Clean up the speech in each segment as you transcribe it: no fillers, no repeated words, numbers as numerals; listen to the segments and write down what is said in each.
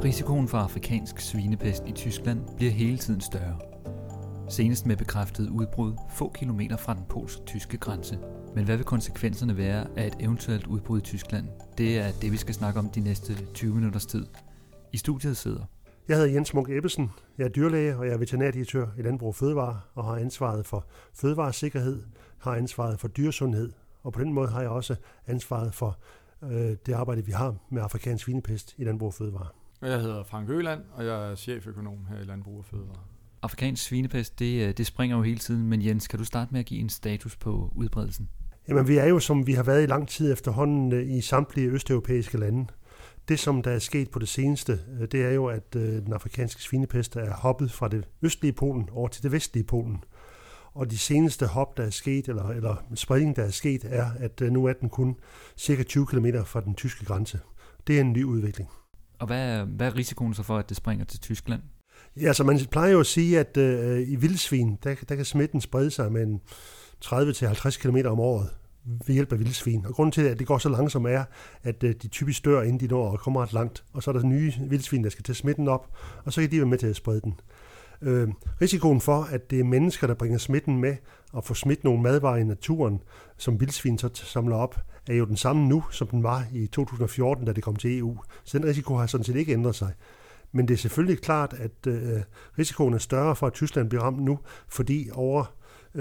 Risikoen for afrikansk svinepest i Tyskland bliver hele tiden større. Senest med bekræftet udbrud få kilometer fra den polsk-tyske grænse. Men hvad vil konsekvenserne være af et eventuelt udbrud i Tyskland? Det er det, vi skal snakke om de næste 20 minutters tid. I studiet sidder Jeg hedder Jens Munk Ebbesen. Jeg er dyrlæge, og jeg er veterinærdirektør i Landbrug og Fødevare, og har ansvaret for fødevaresikkerhed, har ansvaret for dyresundhed, og på den måde har jeg også ansvaret for det arbejde, vi har med afrikansk svinepest i Landbrug og Fødevare. Jeg hedder Frank Øland, og jeg er cheføkonom her i Landbrug og Fødevare. afrikansk svinepest, det springer jo hele tiden, men Jens, kan du starte med at give en status på udbredelsen? Jamen, vi er jo, som vi har været i lang tid efterhånden, i samtlige østeuropæiske lande. Det, som der er sket på det seneste, det er jo, at den afrikanske svinepest er hoppet fra det østlige Polen over til det vestlige Polen. Og de seneste hop, der er sket, eller spredning, der er sket, er, at nu er den kun cirka 20 km fra den tyske grænse. Det er en ny udvikling. Og hvad er risikoen så for, at det springer til Tyskland? Ja, altså man plejer jo at sige, at i vildsvin, der kan smitten sprede sig med en 30-50 km om året ved hjælp af vildsvin. Og grunden til, at det går så langsomt, er, at de typisk dør, inden de når og kommer ret langt. Og så er der nye vildsvin, der skal tage smitten op, og så kan de være med til at sprede den. Risikoen for, at det er mennesker, der bringer smitten med, og får smidt nogle madvarer i naturen, som vildsvin så samler op, er jo den samme nu, som den var i 2014, da det kom til EU. Så den risiko har sådan set ikke ændret sig. Men det er selvfølgelig klart, at risikoen er større for, at Tyskland bliver ramt nu, fordi over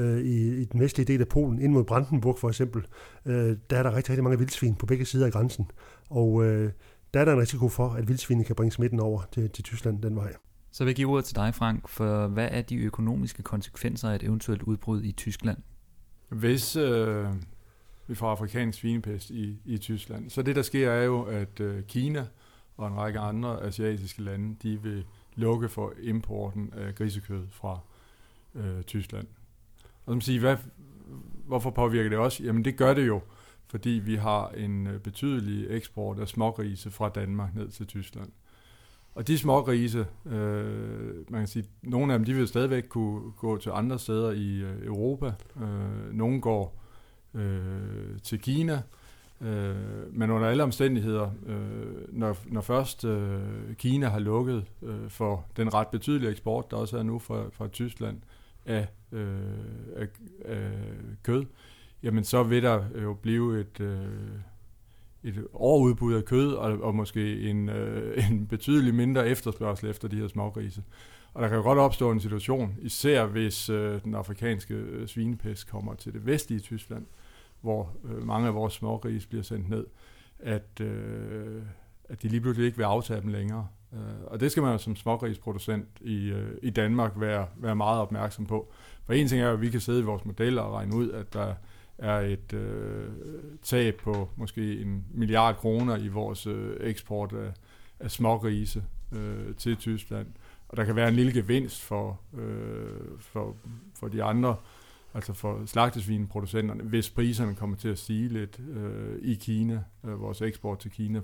i den vestlige del af Polen, ind mod Brandenburg for eksempel, der er der rigtig, rigtig mange vildsvin på begge sider af grænsen. Og der er der en risiko for, at vildsvinene kan bringe smitten over til Tyskland den vej. Så vil jeg give ordet til dig, Frank, for hvad er de økonomiske konsekvenser af et eventuelt udbrud i Tyskland? Hvis vi får afrikansk svinepest i Tyskland, så det der sker er jo, at Kina og en række andre asiatiske lande, de vil lukke for importen af grisekød fra Tyskland. Og som siger, hvorfor påvirker det også? Jamen det gør det jo, fordi vi har en betydelig eksport af smågrise fra Danmark ned til Tyskland. Og de smågrise, man kan sige, nogle af dem, de vil stadigvæk kunne gå til andre steder i Europa. Nogle går til Kina. Men under alle omstændigheder, når først Kina har lukket for den ret betydelige eksport, der også er nu fra Tyskland af kød, jamen så vil der jo blive et overudbud af kød, og måske en betydelig mindre efterspørgsel efter de her smågrise. Og der kan jo godt opstå en situation, især hvis den afrikanske svinepest kommer til det vestlige Tyskland, hvor mange af vores smågrise bliver sendt ned, at de lige pludselig ikke vil aftage dem længere. Og det skal man jo som smågrisproducent i Danmark være meget opmærksom på. For en ting er, at vi kan sidde i vores modeller og regne ud, at der er et tab på måske 1 milliard kroner i vores eksport af smågrise til Tyskland. Og der kan være en lille gevinst for de andre, altså for slagtesvineproducenterne, hvis priserne kommer til at stige lidt i Kina, vores eksport til Kina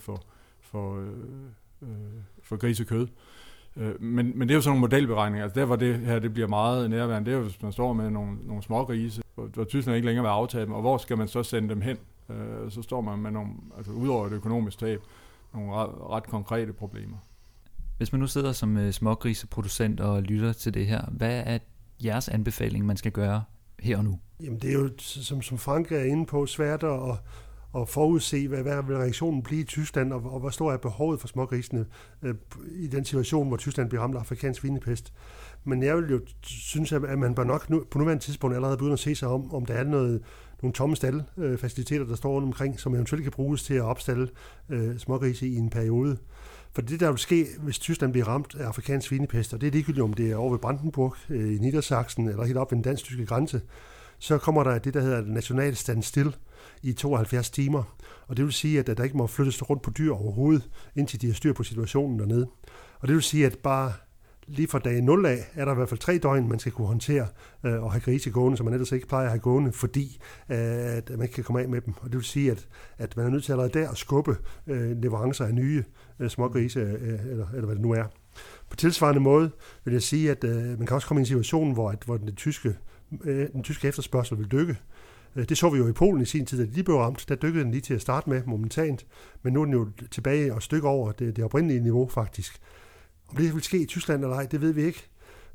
for grisekød. Men det er jo sådan nogle modelberegninger. Altså der, hvor det her det bliver meget nærværende, det er jo, hvis man står med nogle smågrise, hvor Tyskland ikke længere vil aftage dem, og hvor skal man så sende dem hen? Så står man med nogle, altså udover et økonomisk tab, nogle ret konkrete problemer. Hvis man nu sidder som smågriseproducent og lytter til det her, hvad er jeres anbefaling, man skal gøre her og nu? Jamen det er jo, som Frank er inde på, svært at forudse, hvad vil reaktionen blive i Tyskland, og hvor stor er behovet for smågrisene i den situation, hvor Tyskland bliver ramt af afrikansk svinepest. Men jeg vil jo synes, at man bør nok på nuværende tidspunkt allerede begynde at se sig om der er nogle tomme staldefaciliteter, der står rundt omkring, som eventuelt kan bruges til at opstalle smågrise i en periode. For det, der vil ske, hvis Tyskland bliver ramt af afrikansk svinepest, og det er ligegyldigt, om det er over ved Brandenburg, i Niedersachsen eller helt op ved den dansk-tyske grænse, så kommer der det, der hedder national standstill i 72 timer. Og det vil sige, at der ikke må flyttes rundt på dyr overhovedet, indtil de har styr på situationen dernede. Og det vil sige, at bare lige fra dag 0 af, er der i hvert fald 3 døgn, man skal kunne håndtere og have grise gående, som man ellers ikke plejer at have gående, fordi at man ikke kan komme af med dem. Og det vil sige, at man er nødt til allerede der at skubbe leverancer af nye smågrise, eller hvad det nu er. På tilsvarende måde vil jeg sige, at man kan også komme i en situation, hvor den tyske efterspørgsel vil dykke. Det så vi jo i Polen i sin tid, da de blev ramt. Der dykkede den lige til at starte med momentant, men nu er den jo tilbage og stykke over det oprindelige niveau faktisk. Om det vil ske i Tyskland eller ej, det ved vi ikke.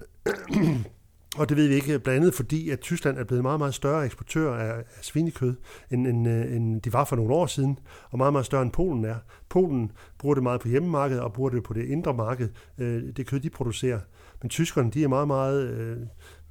Og det ved vi ikke blandt andet, fordi at Tyskland er blevet en meget, meget større eksportør af svinekød, end de var for nogle år siden, og meget, meget større end Polen er. Polen bruger det meget på hjemmemarkedet og bruger det på det indre marked, det kød, de producerer. Men tyskerne, de er meget, meget,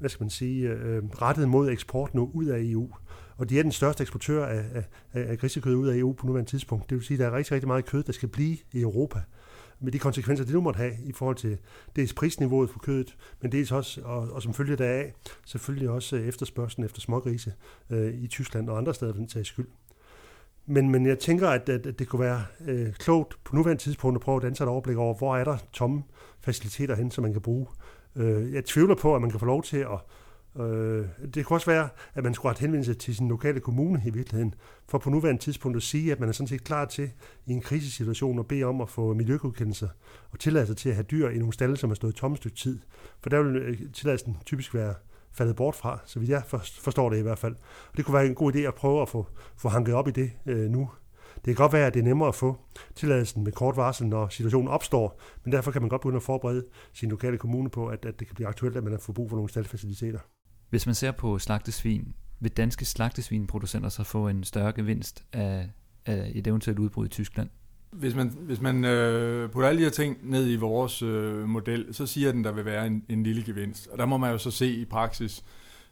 rettet mod eksport nu ud af EU. Og de er den største eksportør af grisekød ud af EU på nuværende tidspunkt. Det vil sige, at der er rigtig, rigtig meget kød, der skal blive i Europa. Med de konsekvenser, det nu måtte have i forhold til dels prisniveauet for kødet, men dels også, og som følge deraf, selvfølgelig også efterspørgslen efter smågrise i Tyskland og andre steder for den sags skyld. Men jeg tænker, at det kunne være klogt på nuværende tidspunkt at prøve at danse et overblik over, hvor er der tomme faciliteter hen, som man kan bruge. Jeg tvivler på, at man kan få lov til at det kunne også være, at man skulle have henvendelse til sin lokale kommune i virkeligheden, for på nuværende tidspunkt at sige, at man er sådan set klar til i en krisesituation at bede om at få miljøgodkendelser og tilladelse til at have dyr i nogle stalde, som har stået tomme stykke tid. For der vil tilladelsen typisk være faldet bort fra, så vidt jeg forstår det i hvert fald. Og det kunne være en god idé at prøve at få hanket op i det nu. Det kan godt være, at det er nemmere at få tilladelsen med kort varsel, når situationen opstår, men derfor kan man godt begynde at forberede sin lokale kommune på, at det kan blive aktuelt, at man har fået brug for nogle staldfaciliteter. Hvis man ser på slagtesvin, vil danske slagtesvinproducenter så få en større gevinst af et eventuelt udbrud i Tyskland? Hvis man putter alle de her ting ned i vores model, så siger den, der vil være en lille gevinst. Og der må man jo så se i praksis,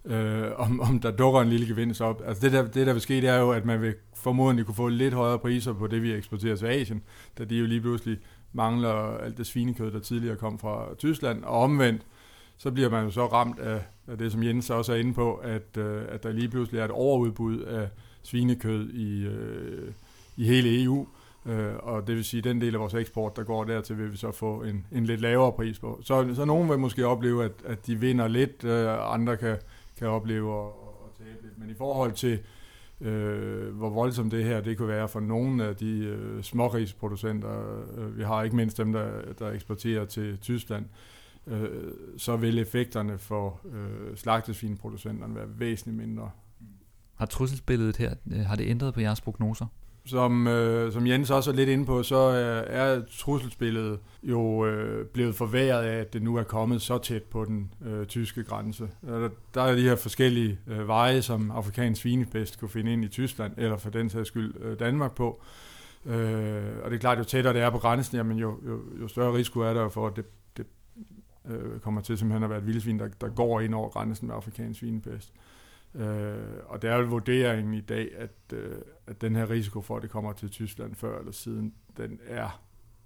om der dukker en lille gevinst op. Altså det der vil ske, det er jo, at man vil formodentlig kunne få lidt højere priser på det, vi eksporterer til Asien, da de jo lige pludselig mangler alt det svinekød, der tidligere kom fra Tyskland, og omvendt, så bliver man jo så ramt af det, som Jens også er inde på, at der lige pludselig er et overudbud af svinekød i hele EU, og det vil sige, at den del af vores eksport, der går dertil, vil vi så få en lidt lavere pris på. Så nogen vil måske opleve, at de vinder lidt, andre kan opleve at tabe lidt. Men i forhold til, hvor voldsomt det her det kunne være for nogle af de smågrisproducenter, vi har ikke mindst dem, der eksporterer til Tyskland, så vil effekterne for slagtesvinproducenterne være væsentligt mindre. Har trusselsbilledet her, har det ændret på jeres prognoser? Som Jens også er lidt inde på, så er trusselsbilledet jo blevet forværret af, at det nu er kommet så tæt på den tyske grænse. Der er de her forskellige veje, som afrikansk svinepest kunne finde ind i Tyskland, eller for den sags skyld Danmark på. Og det er klart, jo tættere det er på grænsen, jamen jo større risiko er der for, at det kommer til simpelthen at være et vildsvin, der går ind over grænsen med afrikansk svinepest. Og det er jo vurderingen i dag, at den her risiko for, at det kommer til Tyskland før eller siden, den er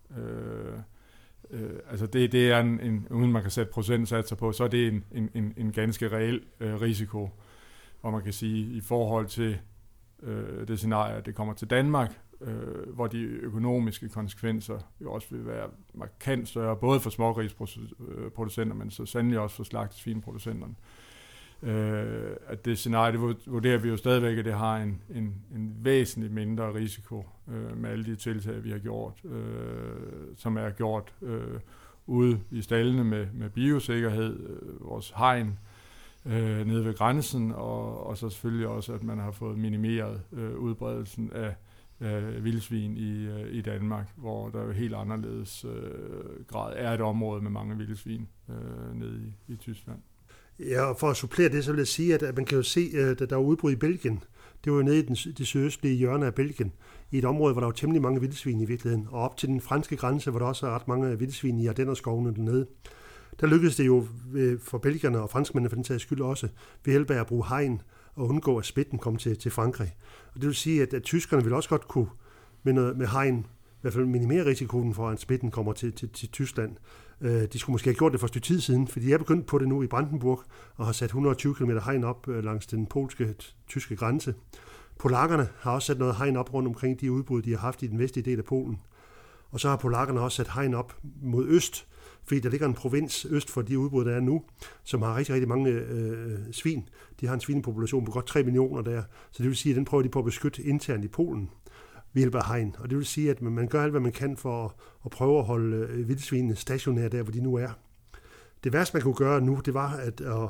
altså det er en uden man kan sætte procentsatser på, så er det en ganske reel risiko, hvor man kan sige i forhold til det scenarie, at det kommer til Danmark, hvor de økonomiske konsekvenser jo også vil være markant større, både for smågrisproducenter, men så sandelig også for slagtesvinproducenterne. At det scenarie, det vurderer vi jo stadigvæk, at det har en væsentligt mindre risiko med alle de tiltag, vi har gjort, som er gjort ude i staldene med biosikkerhed, vores hegn nede ved grænsen, og så selvfølgelig også, at man har fået minimeret udbredelsen af vildsvin i Danmark, hvor der jo helt anderledes grad er et område med mange vildsvin nede i Tyskland. Ja, og for at supplere det, så vil jeg sige, at man kan jo se, at der var udbrud i Belgien. Det var jo nede i det sydøstlige hjørne af Belgien, i et område, hvor der var temmelig mange vildsvin i virkeligheden. Og op til den franske grænse, hvor der også er ret mange vildsvin i Ardennerskovene dernede. Der lykkedes det jo for belgierne og franskmændene for den sags skyld også, ved hjælp af at bruge hegn og undgå, at smitten kom til Frankrig. Og det vil sige, at tyskerne ville også godt kunne med hegn i hvert fald minimere risikoen for, at smitten kommer til Tyskland. De skulle måske have gjort det for et stykke tid siden, for de er begyndt på det nu i Brandenburg og har sat 120 km hegn op langs den polske-tyske grænse. Polakkerne har også sat noget hegn op rundt omkring de udbrud, de har haft i den vestlige del af Polen. Og så har polakkerne også sat hegn op mod øst, fordi der ligger en provins øst for de udbrud, der er nu, som har rigtig, rigtig mange svin. De har en svinepopulation på godt 3 millioner der, så det vil sige, at den prøver de på at beskytte internt i Polen ved hjælp af hegn. Og det vil sige, at man gør alt, hvad man kan for at prøve at holde vildsvinene stationære der, hvor de nu er. Det værste, man kunne gøre nu, det var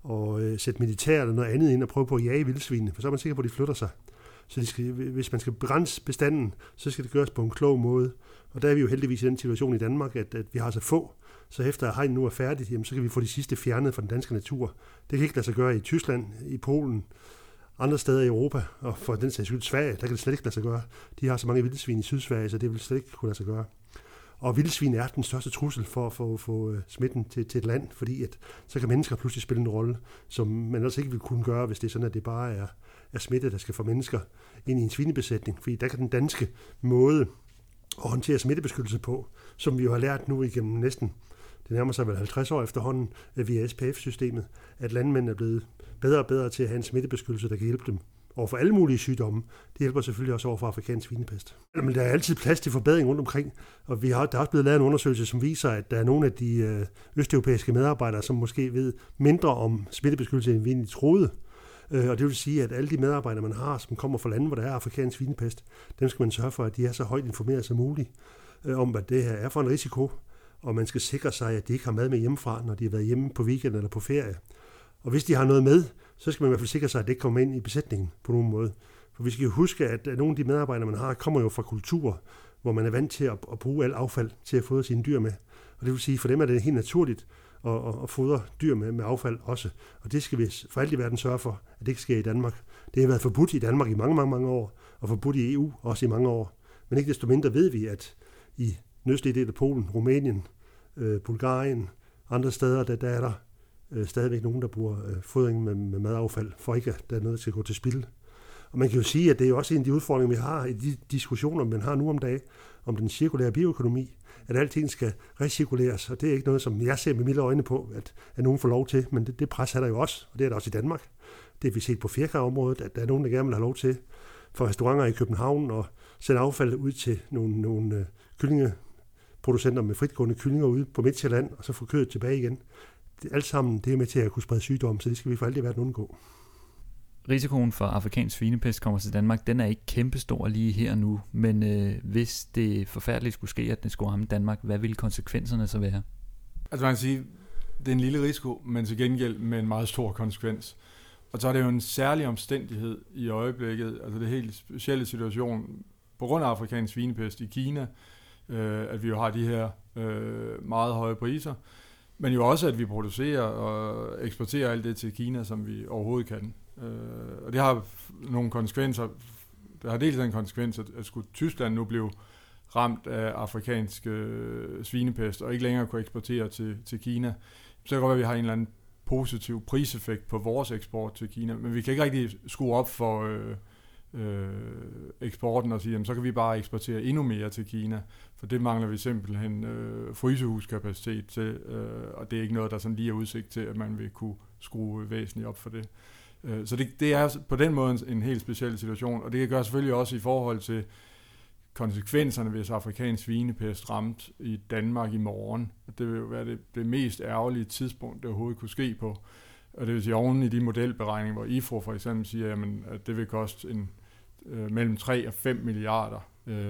sætte militær eller noget andet ind og prøve på at jage vildsvinene, for så er man sikker på, at de flytter sig. Så hvis man skal begrænse bestanden, så skal det gøres på en klog måde. Og der er vi jo heldigvis i den situation i Danmark, at vi har så få, så efter at hegnet nu er færdigt, jamen, så kan vi få de sidste fjernet fra den danske natur. Det kan ikke lade sig gøre i Tyskland, i Polen, andre steder i Europa, og for den sags skyld Sverige, der kan det slet ikke lade sig gøre. De har så mange vildsvin i Sydsverige, så det vil slet ikke kunne lade sig gøre. Og vildsvin er den største trussel for at få smitten til et land, fordi at, så kan mennesker pludselig spille en rolle, som man ellers ikke vil kunne gøre, hvis det er sådan, at det bare er smitte, der skal få mennesker ind i en svinebesætning. Fordi der kan den danske måde at håndtere smittebeskyttelse på, som vi jo har lært nu igennem næsten, det nærmer sig vel 50 år efterhånden via SPF-systemet, at landmænd er blevet bedre og bedre til at have en smittebeskyttelse, der kan hjælpe dem over for alle mulige sygdomme. Det hjælper selvfølgelig også over for afrikansk svinepest. Men der er altid plads til forbedring rundt omkring, og der er også blevet lavet en undersøgelse, som viser, at der er nogle af de østeuropæiske medarbejdere, som måske ved mindre om smittebeskyttelse, end vi egentlig troede. Og det vil sige, at alle de medarbejdere, man har, som kommer fra lande, hvor der er afrikansk svinepest, dem skal man sørge for, at de er så højt informeret som muligt om, hvad det her er for en risiko, og man skal sikre sig, at de ikke har mad med hjemmefra, når de har været hjemme på weekend eller på ferie. Og hvis de har noget med, så skal man i hvert fald sikre sig, at det ikke kommer ind i besætningen på nogen måde. For vi skal jo huske, at nogle af de medarbejdere, man har, kommer jo fra kulturer, hvor man er vant til at bruge alt affald til at fodre sine dyr med. Og det vil sige, for dem er det helt naturligt at fodre dyr med affald også. Og det skal vi for alt i verden sørge for, at det ikke sker i Danmark. Det har været forbudt i Danmark i mange, mange, mange år, og forbudt i EU også i mange år. Men ikke desto mindre ved vi, at i nøstlige del af Polen, Rumænien, Bulgarien, andre steder, der er der stadigvæk nogen, der bruger fodring med madaffald, for ikke at der er noget, der skal gå til spilde. Og man kan jo sige, at det er også en af de udfordringer, vi har i de diskussioner, man har nu om dagen, om den cirkulære bioøkonomi, at alting skal recirkuleres, og det er ikke noget, som jeg ser med milde øjne på, at nogen får lov til, men det pres er der jo også, og det er der også i Danmark. Det har vi set på fjerkræområdet, at der er nogen, der gerne vil have lov til for restauranter i København og sende affald ud til nogle kyllingeproducenter med fritgående kyllinger ude på Midtjylland, og så få kødet tilbage igen. Alt sammen det er med til at kunne sprede sygdom, så det skal vi for alt i verden undgå. Risikoen for afrikansk svinepest kommer til Danmark, den er ikke kæmpestor lige her nu, men hvis det forfærdeligt skulle ske, at den skulle ramme Danmark, hvad ville konsekvenserne så være? Altså man kan sige, det er en lille risiko, men til gengæld med en meget stor konsekvens. Og så er det jo en særlig omstændighed i øjeblikket, altså det helt specielle situation, på grund af afrikansk svinepest i Kina, at vi jo har de her meget høje priser, men jo også, at vi producerer og eksporterer alt det til Kina, som vi overhovedet kan. Og det har nogle konsekvenser. Der har dels en konsekvens, at skulle Tyskland nu blive ramt af afrikansk svinepest, og ikke længere kunne eksportere til Kina, så kan det godt være, at vi har en eller anden positiv priseffekt på vores eksport til Kina, men vi kan ikke rigtig skrue op for eksporten og sige, jamen, så kan vi bare eksportere endnu mere til Kina, for det mangler vi simpelthen frysehuskapacitet til, og det er ikke noget, der sådan lige er udsigt til, at man vil kunne skrue væsentligt op for det. Så det er på den måde en helt speciel situation, og det kan gøre selvfølgelig også i forhold til konsekvenserne, hvis afrikansk svinepest ramt i Danmark i morgen. Det vil jo være det mest ærgerlige tidspunkt, det overhovedet kunne ske på. Og det vil sige oven i de modelberegninger, hvor IFRO for eksempel siger, jamen, at det vil koste mellem 3 og 5 milliarder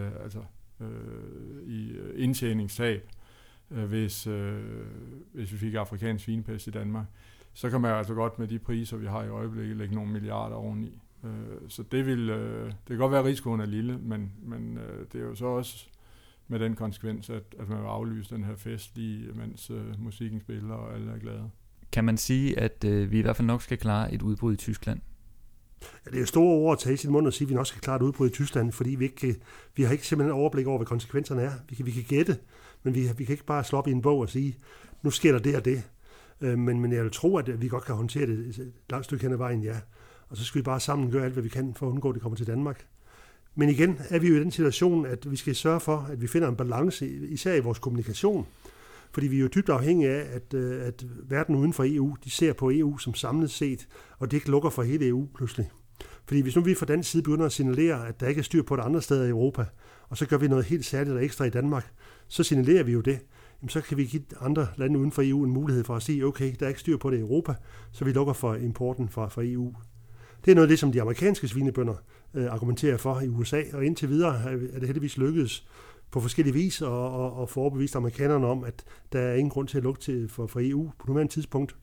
i indtjeningstab, hvis vi fik afrikansk svinepest i Danmark. Så kan man altså godt med de priser, vi har i øjeblikket, lægge nogle milliarder oveni. Så det kan godt være, at risikoen er lille, men det er jo så også med den konsekvens, at man vil aflyse den her fest lige mens musikken spiller, og alle er glade. Kan man sige, at vi i hvert fald nok skal klare et udbrud i Tyskland? Ja, det er jo store ord at tage i sin mund og sige, at vi nok skal klare et udbrud i Tyskland, fordi vi har ikke simpelthen overblik over, hvad konsekvenserne er. Vi kan gætte, men vi kan ikke bare slå op i en bog og sige, nu sker der det og det. Men jeg vil tro, at vi godt kan håndtere det et langt stykke hen ad vejen, ja. Og så skal vi bare sammen gøre alt, hvad vi kan for at undgå, at det kommer til Danmark. Men igen er vi jo i den situation, at vi skal sørge for, at vi finder en balance, især i vores kommunikation. Fordi vi er jo dybt afhængige af, at verden uden for EU, de ser på EU som samlet set, og det ikke lukker for hele EU pludselig. Fordi hvis nu vi fra dansk side begynder at signalere, at der ikke er styr på det andre steder i Europa, og så gør vi noget helt særligt og ekstra i Danmark, så signalerer vi jo det. Jamen, så kan vi give andre lande uden for EU en mulighed for at sige, okay, der er ikke styr på det i Europa, så vi lukker for importen fra EU. Det er noget af det, som de amerikanske svinebønder argumenterer for i USA, og indtil videre er det heldigvis lykkedes på forskellige vis at få overbevist amerikanerne om, at der er ingen grund til at lukke for EU på nuværende tidspunkt.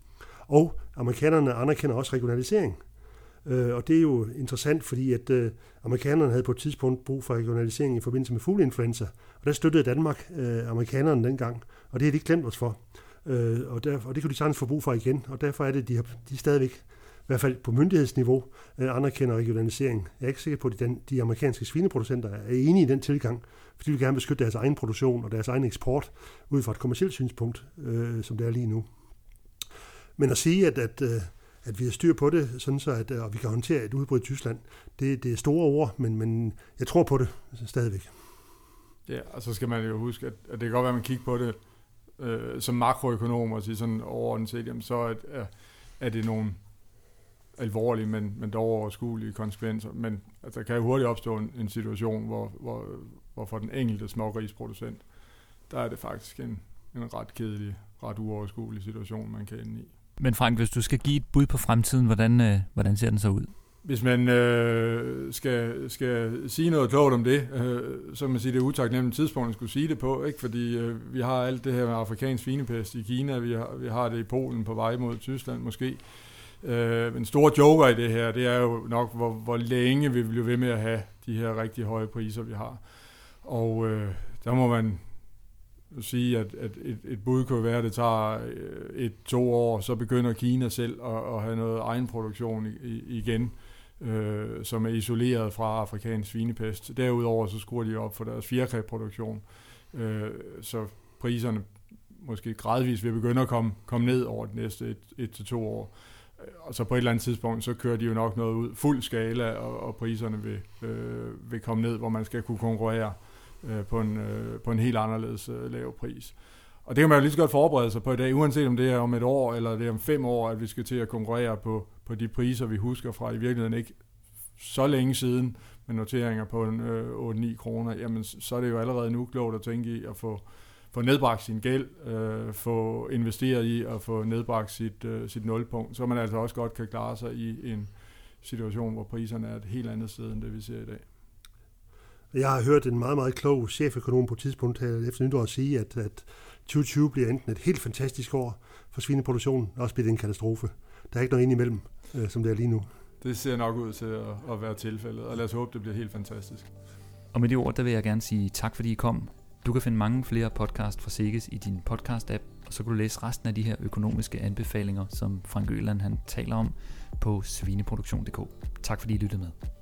Og amerikanerne anerkender også regionalisering. Og det er jo interessant, fordi at amerikanerne havde på et tidspunkt brug for regionalisering i forbindelse med fugleinfluenza. Og der støttede Danmark amerikanerne dengang, og det har de ikke glemt os for. Og det kunne de sagtens få brug for igen, og derfor er det, de stadigvæk, i hvert fald på myndighedsniveau, anerkender regionalisering. Jeg er ikke sikker på, at de amerikanske svineproducenter er enige i den tilgang, fordi de vil gerne beskytte deres egen produktion og deres egen eksport ud fra et kommercielt synspunkt, som det er lige nu. Men at sige, at vi har styr på det, sådan så og vi kan håndtere et udbrud i Tyskland, det er store ord, men jeg tror på det stadigvæk. Ja, og så skal man jo huske, at det kan godt være, at man kigger på det som makroøkonom og sige sådan overordnet set, jamen så er det nogle alvorlige, men dog overskuelige konsekvenser. Men altså, der kan jo hurtigt opstå en situation, hvor for den enkelte smågrisproducent, der er det faktisk en ret kedelig, ret uoverskuelig situation, man kan ende i. Men Frank, hvis du skal give et bud på fremtiden, hvordan ser den så ud? Hvis man skal sige noget klogt om det, så kan man sige, det er utaknemmeligt tidspunkt, at skulle sige det på, ikke? Fordi vi har alt det her med afrikansk svinepest i Kina, vi har det i Polen på vej mod Tyskland måske. En stor joker i det her, det er jo nok, hvor længe vi bliver ved med at have de her rigtig høje priser, vi har. Og der må man sige, at et bud kunne være, at det tager 1-2 år, så begynder Kina selv at have noget egenproduktion igen, som er isoleret fra afrikansk svinepest. Derudover så skruer de op for deres fjerkræproduktion, så priserne måske gradvist vil begynde at komme ned over de næste 1-2 år. Og så på et eller andet tidspunkt, så kører de jo nok noget ud fuld skala, og priserne vil komme ned, hvor man skal kunne konkurrere på en helt anderledes lav pris. Og det kan man jo lige så godt forberede sig på i dag, uanset om det er om 1 år, eller det er om 5 år, at vi skal til at konkurrere på de priser, vi husker fra i virkeligheden ikke så længe siden, med noteringer på 8-9 kroner, jamen så er det jo allerede nu klogt at tænke i at få nedbragt sin gæld, få investeret i at få nedbragt sit nulpunkt, så man altså også godt kan klare sig i en situation, hvor priserne er et helt andet sted, end det vi ser i dag. Jeg har hørt en meget, meget klog cheføkonom på et tidspunkt her efter nytår sige, at 2020 bliver enten et helt fantastisk år for svineproduktionen, og også bliver det en katastrofe. Der er ikke noget ind imellem, som det er lige nu. Det ser nok ud til at være tilfældet, og lad os håbe, det bliver helt fantastisk. Og med de ord, der vil jeg gerne sige tak, fordi I kom. Du kan finde mange flere podcast fra Seges i din podcast-app, og så kan du læse resten af de her økonomiske anbefalinger, som Frank Øland han taler om på svineproduktion.dk. Tak fordi I lyttede med.